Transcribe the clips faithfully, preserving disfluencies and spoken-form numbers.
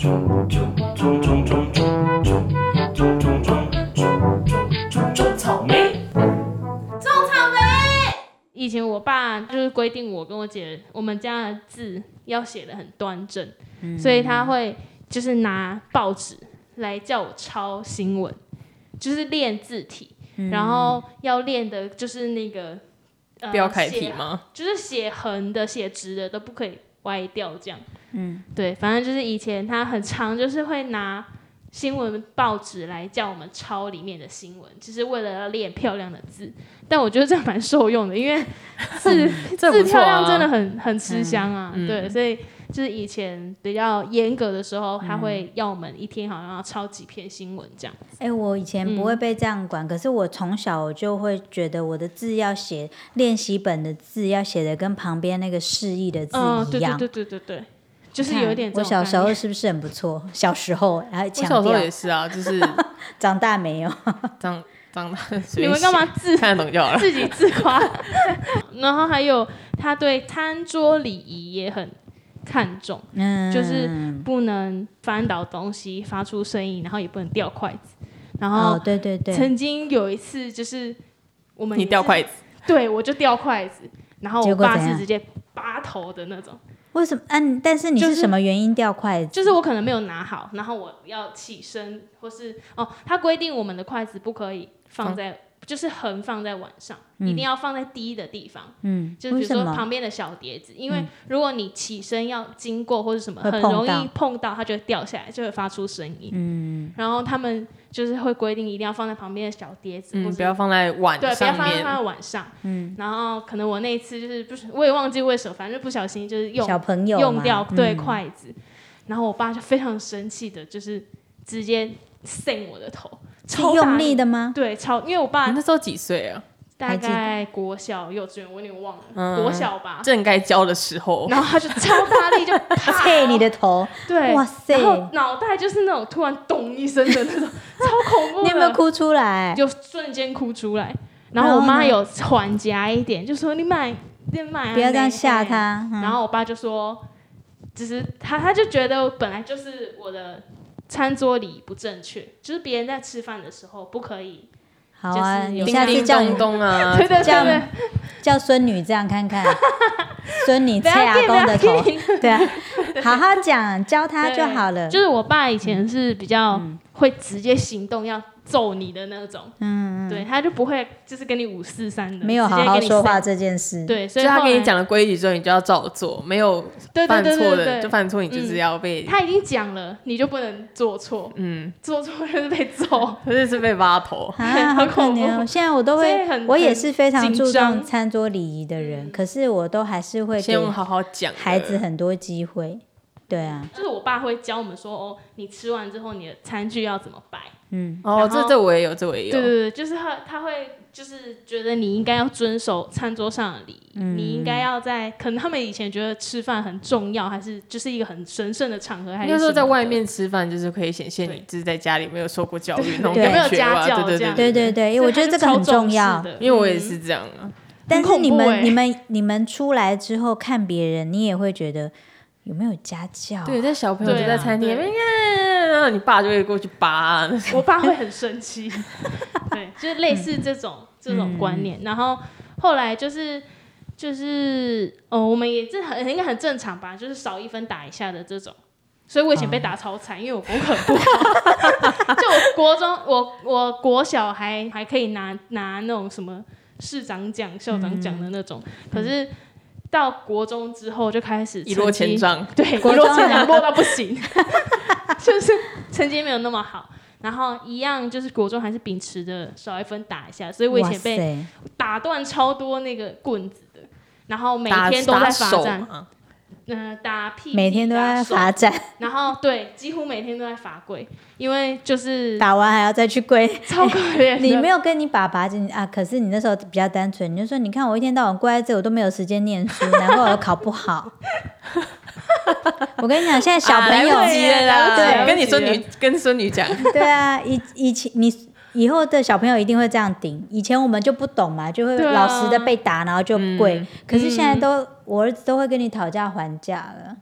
种草莓， 种草莓。以前我爸就是规定我跟我姐，我们家的字要写得很端正，嗯、所以他会就是拿报纸来叫我抄新闻，就是练字体，嗯、然后要练的就是那个呃标楷体吗？ 就是写横的、写直的都不可以歪掉这样。 嗯， 对，反正就是以前他很常就是会拿新闻报纸来叫我们抄里面的新闻，就是为了要练漂亮的字。但我觉得这蛮受用的，因为字字漂亮真的很很吃香啊。嗯、对，所以就是以前比较严格的时候，他会要我们一天好像要抄几篇新闻这样。 哎、欸，我以前不会被这样管，嗯、可是我从小就会觉得我的字要写练习本的字要写的跟旁边那个示意的字一样。 嗯、对对对对对对。就是有一点这种， 我小时候是不是很不错？小时候还强调， 我小时候也是啊，就是长大没有， 长长大你们干嘛自看得懂就好了， 自己自夸。然后还有他对餐桌礼仪也很看重，嗯，就是不能翻倒东西、发出声音，然后也不能掉筷子。然后， 哦，对对对， 曾经有一次就是我们你掉筷子， 对我就掉筷子，然后我爸是直接拔头的那种。 为什么？嗯、啊，但是你是什么原因掉筷子？ 就是我可能没有拿好，然后我要起身，或是哦，他规定我们的筷子不可以放在，嗯、就是横放在碗上，嗯、一定要放在低的地方。嗯，就是比如说旁边的小碟子，因为如果你起身要经过或者什么，很容易碰到，它就会掉下来，就会发出声音。嗯，然后他们就是会规定一定要放在旁边的小碟子， 嗯，不要放在碗上面， 对，不要放在碗上。嗯，然后可能我那一次就是不是，我也忘记为什么，反正就不小心就是用小朋友用掉对、 嗯、 筷子，然后我爸就非常生气的，就是直接扇我的头，超用力的吗？ 对，超，因为我爸你那时候几岁啊？ 大概国小、幼稚园，我有点忘了，嗯、国小吧， 正该教的时候， 然后他就超大力就拍你的头， 对， 哇塞， 然后脑袋就是那种突然咚一声的那种，超恐怖的。 你有没有哭出来？ 就瞬间哭出来。然后我妈有缓夹一点，就说你买，你买， 不要这样吓他。 嗯、然后我爸就说，只是他他就觉得本来就是我的餐桌礼仪不正确，就是别人在吃饭的时候不可以。 好啊， 你下次叫叮咚啊， 对对对对， 叫孙女这样看看，孙女蔡阿公的头，对啊，好好讲，教他就好了。 就是我爸以前是比较会直接行动，要揍你的那种，嗯，对，他就不会就是跟你五四三的， 没有好好说话这件事， 对，所以他跟你讲了规矩之后，你就要照做，没有犯错的就犯错，你就是要被他已经讲了，你就不能做错，嗯，做错就是被揍， 或者是被挖头， 啊，好可怜哦。现在我都会，我也是非常注重餐桌礼仪的人，可是我都还是会给好好讲孩子很多机会。对啊， 就是我爸会教我们说，哦，你吃完之后你的餐具要怎么摆。 嗯， 哦，这这我也有，这我也有。 对对对，就是他他会就是觉得你应该要遵守餐桌上的礼仪，嗯、你应该要在可能他们以前觉得吃饭很重要，还是就是一个很神圣的场合，还是应该说在外面吃饭就是可以显现你就是在家里没有受过教育那种感觉， 有没有家教对这样？ 对对对，因为我觉得这个很重要， 因为我也是这样啊。 但是你们、欸、你们你们出来之后看别人，你也会觉得。有没有家教、啊？ 对，在小朋友就在餐厅里面，然后你爸就会过去扒、啊， 我爸会很生气。对，就是类似这种、嗯、这种观念。然后后来就是就是哦，我们也这很应该很正常吧，就是少一分打一下的这种。所以我以前被打超惨，因为我功课不好。就我国中，我我国小还还可以拿拿那种什么市长奖、校长奖的那种，嗯、可是。到国中之后就开始一落千丈， 对，一落千丈落到不行，就是成绩没有那么好。然后一样就是国中还是秉持着少一分打一下，所以我以前被打断超多那个棍子的，然后每天都在罚站，嗯、呃，打屁， 每天都在罚站， 然后对，几乎每天都在罚跪，因为就是打完还要再去跪， 超可怜、欸。 你没有跟你爸爸啊？可是你那时候比较单纯，你就说，你看我一天到晚跪在这，我都没有时间念书，难怪我考不好。我跟你讲，现在小朋友， 啊、对，跟你孙女跟孙女讲， 对啊，以以前你。以后的小朋友一定会这样顶，以前我们就不懂嘛，就会老实的被打，然后就跪。嗯、可是现在都、嗯、我儿子都会跟你讨价还价了。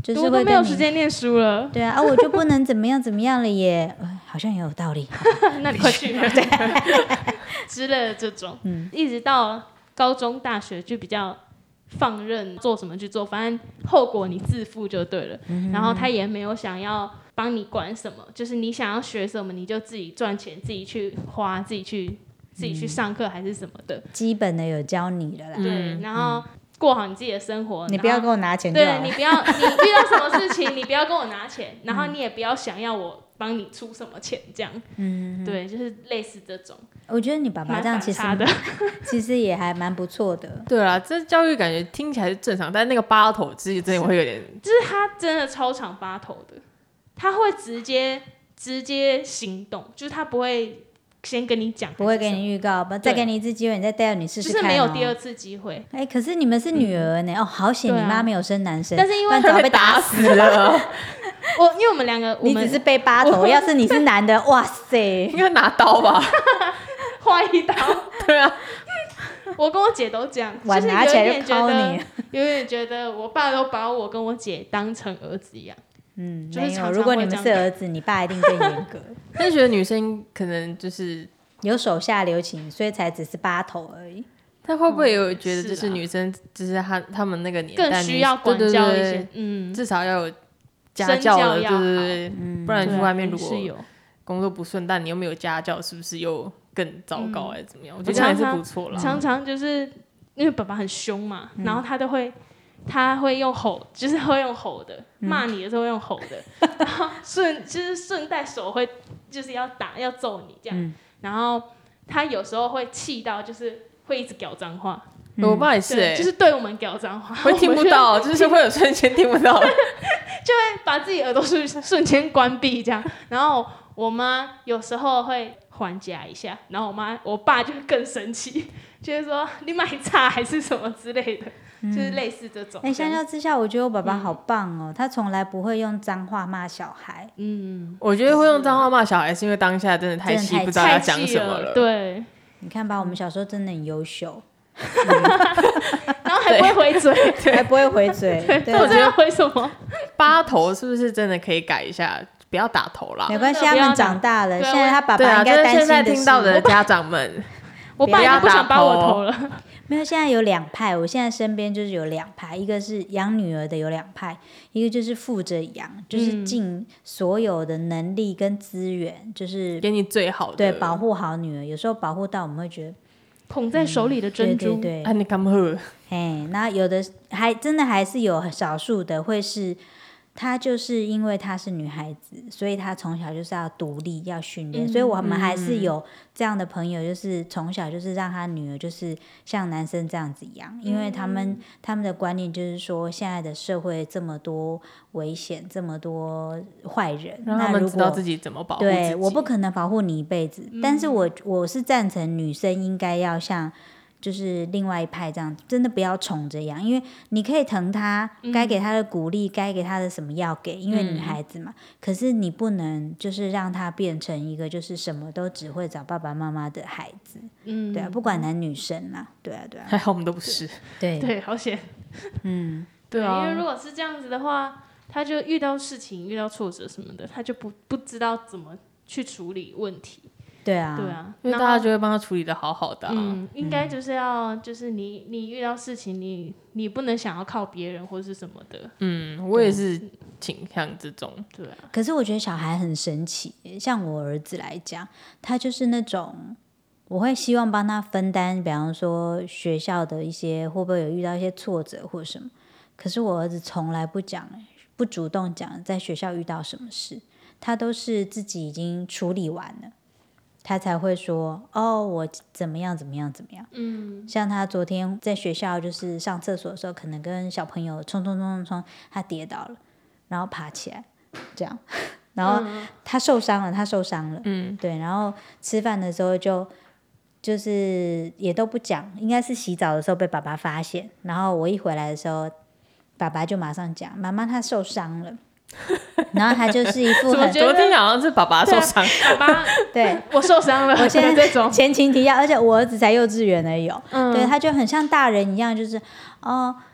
就是会我都没有时间念书了。 对啊，啊我就不能怎么样怎么样了耶，呃、好像也有道理。 那你快去吧，对，之类的这种，嗯，一直到高中、大学就比较放任，做什么去做，反正后果你自负就对了。嗯、然后他也没有想要帮你管什么，就是你想要学什么，你就自己赚钱，自己去花，自己去自己去上课还是什么的， 基本的有教你的啦。 对，然后过好你自己的生活， 你不要跟我拿钱就好了。 对，你不要，你遇到什么事情，你不要跟我拿钱，然后你也不要想要我帮你出什么钱，这样，嗯，对，就是类似这种。 我觉得你爸爸这样其实其实也还蛮不错的。 对啊，这教育感觉听起来是正常，但是那个八头自己真的会有点， 就是他真的超常八头的，他会直接直接行动，就是他不会先跟你讲， 不会给你预告，再给你一次机会，你再带你试试看、哦， 就是没有第二次机会。 哎、欸，可是你们是女儿呢、嗯，哦，好险你妈没有生男生， 但是因为早被打死了。 我因为我们两个， 你只是被八头，要是你是男的，哇塞， 应该拿刀吧， 划一刀。 对啊， 我跟我姐都这样， 碗拿起来就敲你， 有点觉得我爸都把我跟我姐当成儿子一样。 嗯， 就是常常如果你们是儿子，你爸一定更严格。 但是觉得女生可能就是有手下留情，所以才只是八头而已。 他会不会有觉得，就是女生，就是他他们那个年代更需要管教一些， 对对对， 嗯， 至少要有家教的，对对对， 嗯， 不然去外面如果有工作不顺，但你又没有家教，是不是又更糟糕还是怎么样？嗯、我觉得这样还是不错啦。 常常就是因为爸爸很凶嘛，嗯、然后他都会。他会用吼，就是会用吼的，骂、嗯、你的时候会用吼的，然后顺就是顺带手会就是要打要揍你这样、嗯，然后他有时候会气到就是会一直屌脏话， 嗯、我爸也是、欸， 就是对我们屌脏话， 会听不到，就是会有瞬间听不到，就会把自己耳朵瞬瞬间关闭这样，然后我妈有时候会缓夹一下，然后我妈我爸就会更生气，就会说你买差还是什么之类的。就是类似这种。 哎、欸，相较之下，我觉得我爸爸好棒哦，嗯、他从来不会用脏话骂小孩。 嗯，我觉得会用脏话骂小孩，是因为当下真的太气，不知道要讲什么了。 对， 你看吧，我们小时候真的很优秀， 然后还不会回嘴， 还不会回嘴。 对，我觉得回什么？ 八头是不是真的可以改一下？不要打头啦， 没关系，他们长大了，现在他爸爸应该担心的是， 现在听到的家长们， 我爸也不想把我头了。 没有，现在有两派，我现在身边就是有两派，一个是养女儿的有两派，一个就是负责养，就是尽所有的能力跟资源，嗯、就是给你最好的， 对，保护好女儿。有时候保护到我们会觉得捧在手里的珍珠， 嗯、对对对， 啊，你干喝？ 哎，那有的还真的还是有少数的会是。她就是因为她是女孩子，所以她从小就是要独立，要训练、嗯，所以我们还是有这样的朋友，就是从小就是让她女儿就是像男生这样子养，嗯、因为他们他们的观念就是说，现在的社会这么多危险，这么多坏人， 让他们知道自己怎么保护自己。 对，我不可能保护你一辈子，嗯、但是我我是赞成女生应该要像。就是另外一派这样，真的不要宠着养，因为你可以疼他，该给他的鼓励，该、嗯、给他的什么要给，因为女孩子嘛。嗯、可是你不能就是让他变成一个就是什么都只会找爸爸妈妈的孩子，嗯，对啊，不管男女生啦，对啊，对啊。 还好我们都不是， 对对，好险， 嗯， 对啊，因为如果是这样子的话，他就遇到事情、遇到挫折什么的，他就不不知道怎么去处理问题。 对啊， 对啊， 因为大家就会帮他处理的好好的、啊。 嗯，应该就是要，就是你你遇到事情，你你不能想要靠别人或是什么的。 嗯，我也是倾向这种。 对啊。 可是我觉得小孩很神奇，像我儿子来讲，他就是那种，我会希望帮他分担，比方说学校的一些会不会有遇到一些挫折或什么。可是我儿子从来不讲，不主动讲在学校遇到什么事，他都是自己已经处理完了。他才会说哦，我怎么样怎么样怎么样。嗯，像他昨天在学校就是上厕所的时候，可能跟小朋友冲冲冲冲冲，他跌倒了，然后爬起来，这样，然后他受伤了，他受伤了。嗯，对，然后吃饭的时候就就是也都不讲，应该是洗澡的时候被爸爸发现，然后我一回来的时候，爸爸就马上讲，妈妈他受伤了。然后他就是一副很， 昨天好像是爸爸受伤， 爸爸对我受伤了， 我现在这种前情提要，而且我儿子才幼稚园而已、哦嗯、对，他就很像大人一样，就是哦，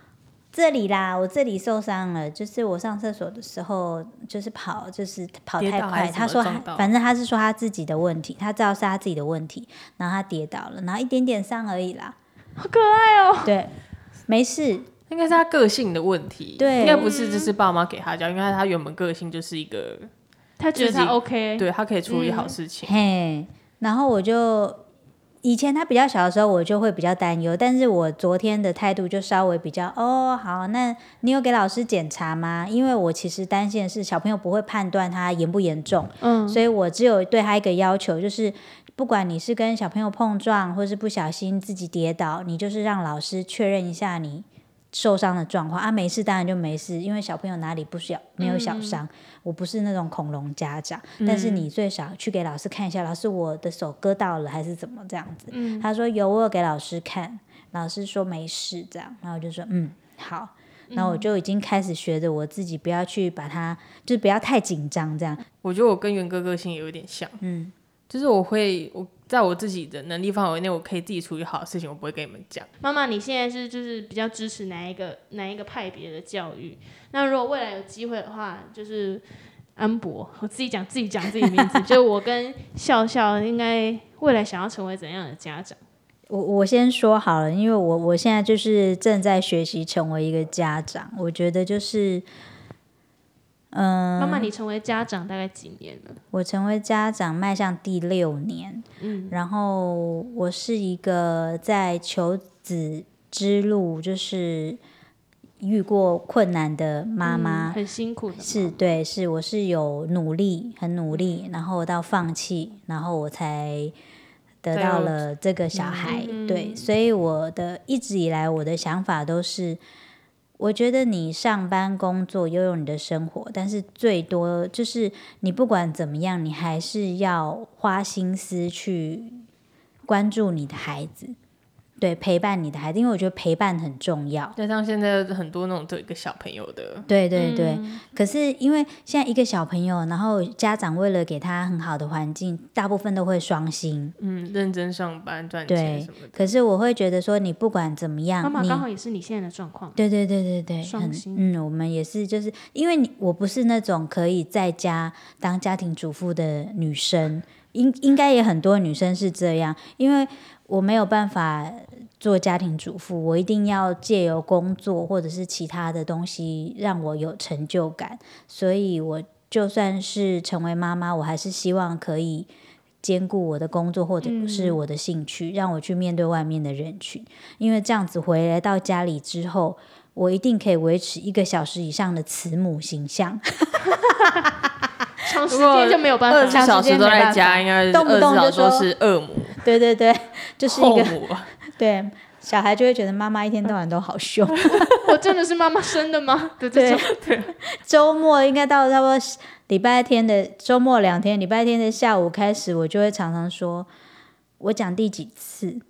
这里啦，我这里受伤了，就是我上厕所的时候，就是跑，就是跑太快。他说他，反正他是说他自己的问题，他知道是他自己的问题，然后他跌倒了，然后一点点伤而已啦， 好可爱哦。 对，没事， 应该是他个性的问题， 对， 应该不是就是爸妈给他教，因为他原本个性就是一个， 他觉得他 OK， 对他可以处理好事情。 嗯、嘿，然后我就。以前他比较小的时候，我就会比较担忧，但是我昨天的态度就稍微比较哦，好，那你有给老师检查吗？因为我其实担心的是小朋友不会判断他严不严重，嗯，所以我只有对他一个要求，就是不管你是跟小朋友碰撞，或是不小心自己跌倒，你就是让老师确认一下你受伤的状况啊，没事当然就没事，因为小朋友哪里不小没有小伤、嗯，我不是那种恐龙家长、嗯，但是你最少去给老师看一下，老师我的手割到了还是怎么这样子？嗯、他说有，我有给老师看，老师说没事这样，然后我就说嗯好，然后我就已经开始学着我自己不要去把它，就是不要太紧张这样。 我觉得我跟元哥个性有点像，嗯。就是我会，我在我自己的能力范围内，我可以自己处理好的事情，我不会跟你们讲。 妈妈，你现在是就是比较支持哪一个哪一个派别的教育？那如果未来有机会的话，就是安博，我自己讲自己讲自己名字，就是我跟笑笑应该未来想要成为怎样的家长？ 我我先说好了，因为我我现在就是正在学习成为一个家长，我觉得就是。嗯， 妈妈，你成为家长大概几年了？ 我成为家长迈向第六年，嗯，然后我是一个在求子之路就是遇过困难的妈妈、 嗯，很辛苦的妈妈， 是对，是我是有努力，很努力，然后到放弃，然后我才得到了这个小孩， 嗯、 对，所以我的一直以来我的想法都是。我觉得你上班工作拥有你的生活，但是最多就是你不管怎么样，你还是要花心思去关注你的孩子，对，陪伴你的孩子，因为我觉得陪伴很重要。 就像现在很多那种对一个小朋友的， 对对对、嗯。可是因为现在一个小朋友，然后家长为了给他很好的环境，大部分都会双薪， 嗯，认真上班赚钱什么的。 可是我会觉得说，你不管怎么样， 妈妈刚好也是你现在的状况。 对对对对对， 双薪。 嗯，我们也是，就是因为你我不是那种可以在家当家庭主妇的女生，应应该也很多女生是这样，因为我没有办法。做家庭主妇，我一定要借由工作或者是其他的东西让我有成就感，所以我就算是成为妈妈，我还是希望可以兼顾我的工作或者是我的兴趣、嗯、让我去面对外面的人群，因为这样子回来到家里之后，我一定可以维持一个小时以上的慈母形象长时间就没有办法， 二十四小时都在家，应该动不动就说是恶母， 对对对，就是一个后母对，小孩就会觉得妈妈一天到晚都好凶。 我真的是妈妈生的吗？对对对。周末应该到差不多礼拜天的周末两天，礼拜天的下午开始，我就会常常说，我讲第几次，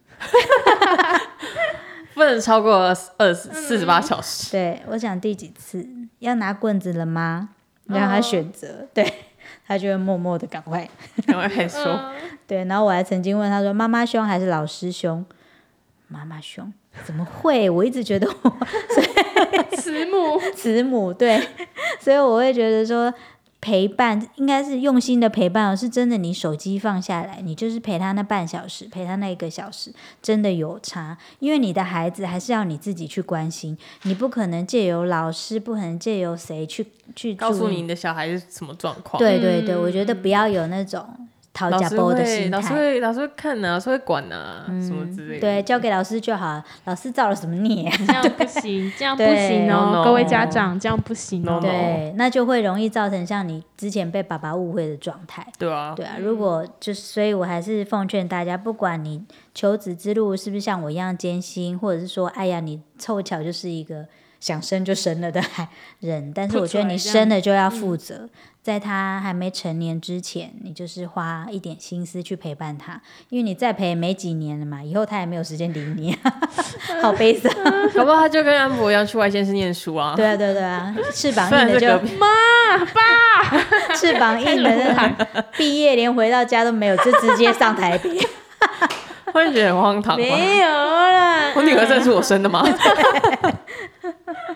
不能超过二十四十八小时。 对，我讲第几次，要拿棍子了吗？让他选择，哦、对。他就会默默的赶快赶快开始说， 对，然后我还曾经问他说：“妈妈凶还是老师凶？”妈妈凶，怎么会？我一直觉得我慈母， 慈母对，所以我会觉得说陪伴应该是用心的陪伴，是真的。你手机放下来，你就是陪他那半小时，陪他那一个小时，真的有差。因为你的孩子还是要你自己去关心，你不可能借由老师，不可能借由谁去去告诉你你的小孩是什么状况。 对对对，嗯、我觉得不要有那种。讨价包的心态， 老师会老师会看啊，老师会管啊、嗯，什么之类的。 对，交给老师就好。老师造了什么孽？ 这样不行，这样不行哦， no, no, 各位家长，这样不行哦。 对，那就会容易造成像你之前被爸爸误会的状态。 对啊， 对啊。如果就是，所以我还是奉劝大家，不管你求子之路是不是像我一样艰辛，或者是说，哎呀，你凑巧就是一个想生就生了的人，但是我觉得你生了就要负责。嗯，在他还没成年之前，你就是花一点心思去陪伴他，因为你再陪没几年了嘛，以后他也没有时间理你，好悲伤。 搞不好他就跟安博一样去外县市念书啊。 对啊，对啊对啊，翅膀硬的就妈爸， 翅膀硬的，毕业连回到家都没有，就直接上台北。 会觉得很荒唐吗？ 没有啦， 我女儿真的是我生的吗？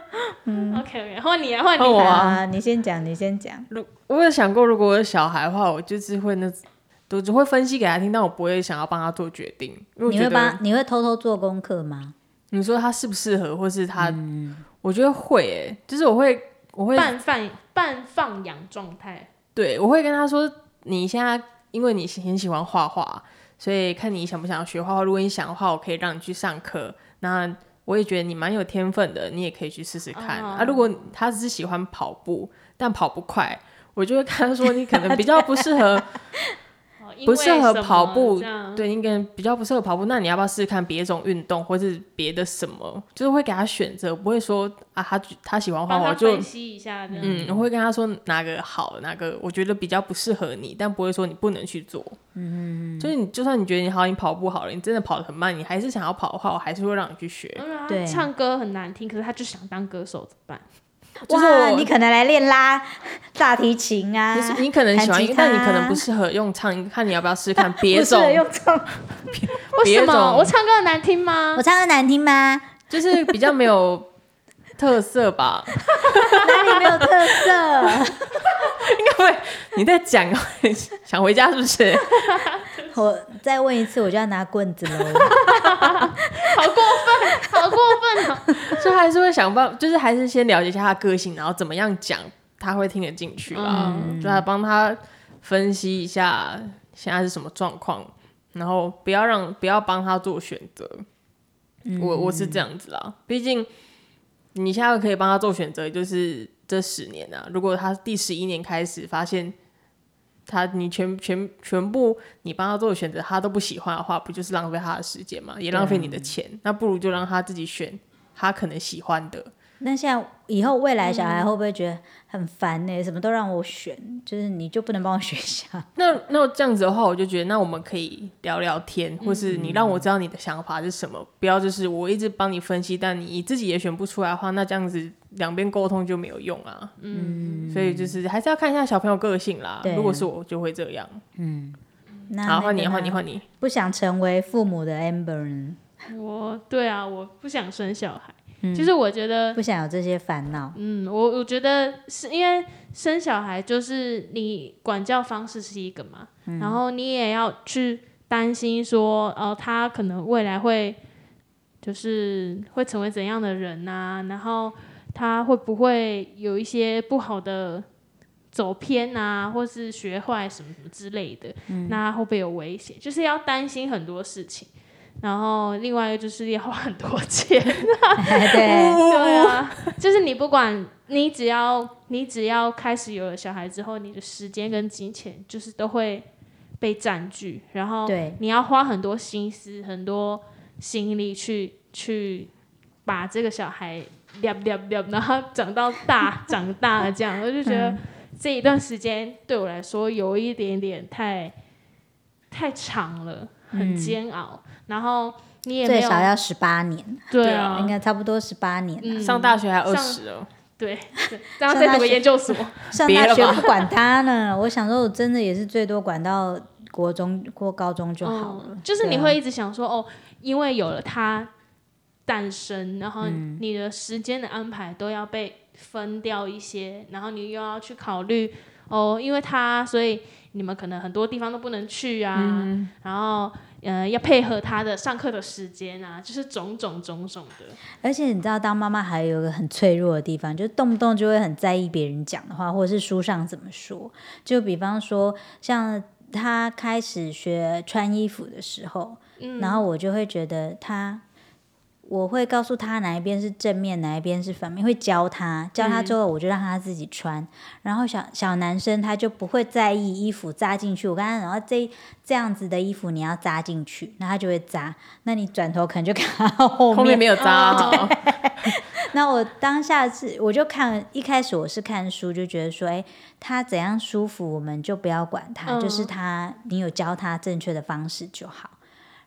嗯 ，OK OK，换你啊，换换我你啊， 啊，你先讲，你先讲。 我有想过，如果我有小孩的话，我就是会那，我只会分析给他听，但我不会想要帮他做决定，因为我觉得你会帮你会偷偷做功课吗？ 你说他适不适合，或是他，嗯、我觉得会诶、欸，就是我会我会半放半放养状态。 对，我会跟他说，你现在因为你很喜欢画画，所以看你想不想学画画。如果你想的话，我可以让你去上课。那我也觉得你蛮有天分的，你也可以去试试看、哦、啊。如果他只是喜欢跑步，但跑不快，我就会跟他说，你可能比较不适合。不适合跑步，对，你可能比较不适合跑步，那你要不要试试看别种运动，或是别的什么？就是会给他选择，不会说啊，他他喜欢画画，我就分析一下的。 嗯，我会跟他说哪个好，哪个我觉得比较不适合你，但不会说你不能去做。嗯，就是你就算你觉得你好，你跑步好了，你真的跑得很慢，你还是想要跑的话，我还是会让你去学。 对，唱歌很难听，可是他就想当歌手，怎么办？ 就是哇，你可能来练拉大提琴啊， 你, 你可能喜欢，但你可能不适合用唱，看你要不要试试看别种。 不适合用唱， 为什么？我唱歌很难听吗？ 我唱歌难听吗？ 就是比较没有特色吧。 哪里没有特色？ 应该会你在讲想回家是不是？ 我再问一次，我就要拿棍子喽！ 好过分，好过分哦！ 所以还是会想办法，就是还是先了解一下他的个性，然后怎么样讲他会听得进去啦。嗯、就来帮他分析一下现在是什么状况，然后不要让不要帮他做选择。嗯、我我是这样子啦，毕竟你现在可以帮他做选择，就是这十年啊。如果他第十一年开始发现。他你全全全部你帮他做的选择他都不喜欢的话，不就是浪费他的时间吗？也浪费你的钱、啊、那不如就让他自己选他可能喜欢的。 那像以后未来小孩会不会觉得很烦呢、欸嗯？什么都让我选，就是你就不能帮我选一下？ 那那这样子的话，我就觉得那我们可以聊聊天，或是你让我知道你的想法是什么，嗯、不要就是我一直帮你分析，但你自己也选不出来的话，那这样子两边沟通就没有用啊。嗯，所以就是还是要看一下小朋友个性啦。如果是我就会这样。嗯，那好，换你，换你，换你。 不想成为父母的 Amber 呢？ 我对啊，我不想生小孩。嗯、就是我觉得不想有这些烦恼。 嗯，我我觉得是因为生小孩就是你管教方式是一个嘛，嗯、然后你也要去担心说，哦，他可能未来会就是会成为怎样的人啊，然后他会不会有一些不好的走偏啊，或是学坏什么什么之类的，嗯、那会不会有危险？就是要担心很多事情。然后另外一个就是要花很多钱。 对对啊，就是你不管你只要你只要开始有了小孩之后，你的时间跟金钱就是都会被占据，然后你要花很多心思很多心力去去把这个小孩撩撩撩，然后长到大长大了这样，我就觉得这一段时间对我来说有一点点太太长了，很煎熬。嗯，然后你也没有最少要十八年， 对啊， 应该差不多十八年、啊嗯、上大学还二十哦， 对，然后再读个研究所， 上大学不管他呢。我想说，我真的也是最多管到国中或高中就好了。 嗯、就是你会一直想说，哦，因为有了他诞生，然后你的时间的安排都要被分掉一些，然后你又要去考虑，哦，因为他，所以你们可能很多地方都不能去啊，嗯、然后。呃，要配合他的上课的时间啊，就是种种种种的。 而且你知道，当妈妈还有一个很脆弱的地方，就是动不动就会很在意别人讲的话，或者是书上怎么说。就比方说，像他开始学穿衣服的时候，嗯、然后我就会觉得他。我会告诉他哪一边是正面，哪一边是反面，会教他，教他之后我就让他自己穿。嗯、然后小小男生他就不会在意衣服扎进去，我跟他讲，然后这这样子的衣服你要扎进去，那他就会扎。那你转头可能就看到后面， 后面没有扎好。 那我当下是我就看，一开始我是看书，就觉得说，哎，他怎样舒服，我们就不要管他，嗯、就是他你有教他正确的方式就好。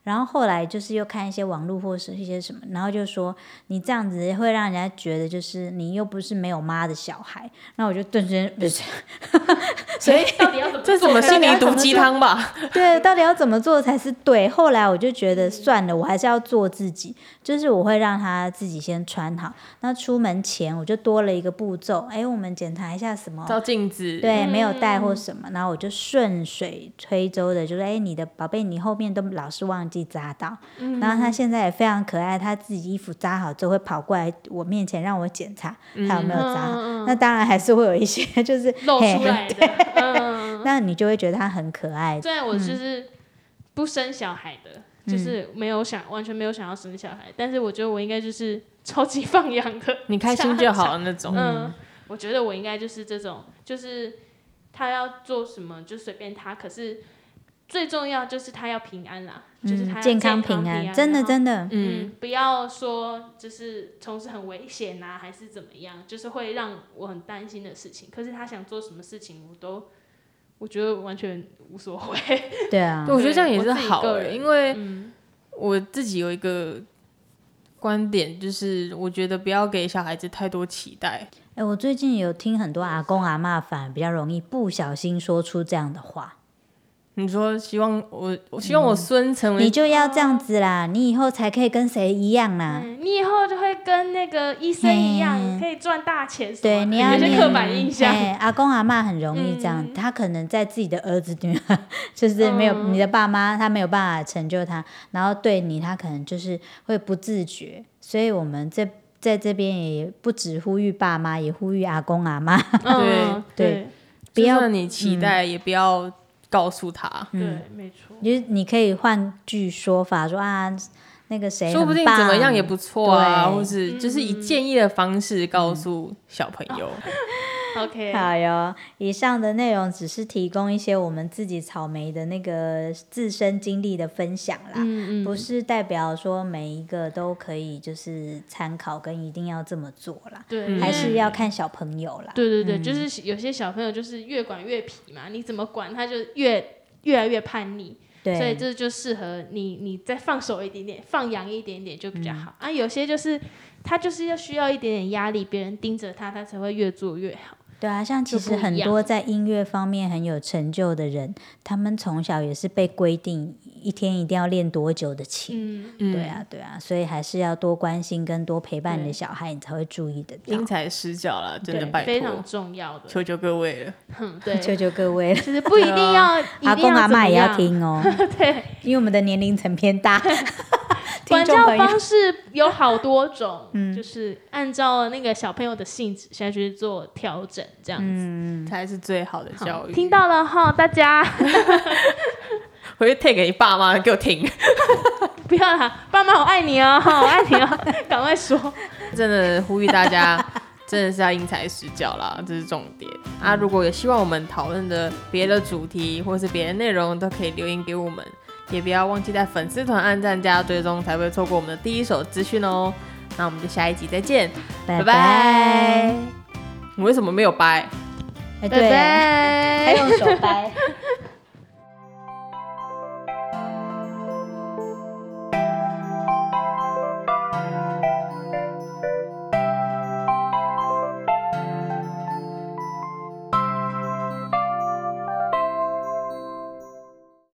然后后来就是又看一些网络或是一些什么，然后就说你这样子会让人家觉得就是你又不是没有妈的小孩，那我就顿时不是，所以到底要怎么做？ 这什么心灵毒鸡汤吧？ 对，到底要怎么做才是对？后来我就觉得算了，我还是要做自己，就是我会让他自己先穿好，那出门前我就多了一个步骤，哎，我们检查一下什么， 照镜子， 对， 嗯没有带或什么，然后我就顺水推舟的，就说，哎，你的宝贝，你后面都老是忘记扎到， 嗯然后他现在也非常可爱，他自己衣服扎好之后会跑过来我面前让我检查他有没有扎好， 嗯嗯嗯那当然还是会有一些就是露嘿出来的，嗯， 那你就会觉得他很可爱。 虽然我就是不生小孩的， 嗯就是没有想完全没有想要生小孩，但是我觉得我应该就是超级放养的， 你开心就好的那种。 嗯，我觉得我应该就是这种，就是他要做什么就随便他，可是最重要就是他要平安啦，就是他要健康平平安，真的真的， 嗯，嗯不要说就是从事很危险啊，还是怎么样，就是会让我很担心的事情。可是他想做什么事情，我都我觉得完全无所谓。 对啊， 对，我觉得这样也是好的、 欸， 因为嗯我自己有一个观点，就是我觉得不要给小孩子太多期待。 哎，我最近有听很多阿公阿嬷反而比较容易不小心说出这样的话。 你说希望我，我希望我孙成为、 嗯，你就要这样子啦，你以后才可以跟谁一样啦、 嗯。你以后就会跟那个医生一样，可以赚大钱什么。 对，你要有些刻板印象。 阿公阿嬷很容易这样、嗯，他可能在自己的儿子女儿，就是没有、嗯、你的爸妈，他没有办法成就他，然后对你，他可能就是会不自觉。所以我们这在这边也不只呼吁爸妈，也呼吁阿公阿嬷。 嗯、 对对， 不要你期待，嗯、也不要。告诉他， 对，没错。 就是你可以换句说法说啊，那个谁， 说不定怎么样也不错啊，或是就是以建议的方式告诉小朋友。 嗯、OK， 好哟。以上的内容只是提供一些我们自己草莓的那个自身经历的分享啦， 嗯嗯， 不是代表说每一个都可以就是参考跟一定要这么做啦。 对， 还是要看小朋友啦。 对对对，嗯、就是有些小朋友就是越管越皮嘛，你怎么管他就越越来越叛逆。所以这就适合你，你再放手一点点，放养一点点就比较好、嗯、啊。有些就是他就是要需要一点点压力，别人盯着他，他才会越做越好。 对啊，像其实很多在音乐方面很有成就的人，他们从小也是被规定一天一定要练多久的琴。嗯，对啊，对啊，所以还是要多关心跟多陪伴你的小孩，你才会注意得到。 因材施教啦，真的拜托， 非常重要的， 求求各位了。 嗯，对， 求求各位了， 其实不一定要， 阿公阿嬷也要听哦。 对， 因为我们的年龄层偏大。 管教方式有好多种、嗯，就是按照那个小朋友的性质下去做调整，这样子、嗯、 才是最好的教育。 听到了哈，大家回去 take 给你爸妈，给我听。 不要啦，爸妈我爱你哦，我爱你哦，赶快说。 真的呼吁大家，真的是要因材施教啦，这是重点啊！如果有希望我们讨论的别的主题或是别的内容，都可以留言给我们。也不要忘记在粉丝团按赞加追踪，才不会错过我们的第一手资讯哦。那我们就下一集再见， 拜拜。 你为什么没有掰？ 哎，对，还用手掰。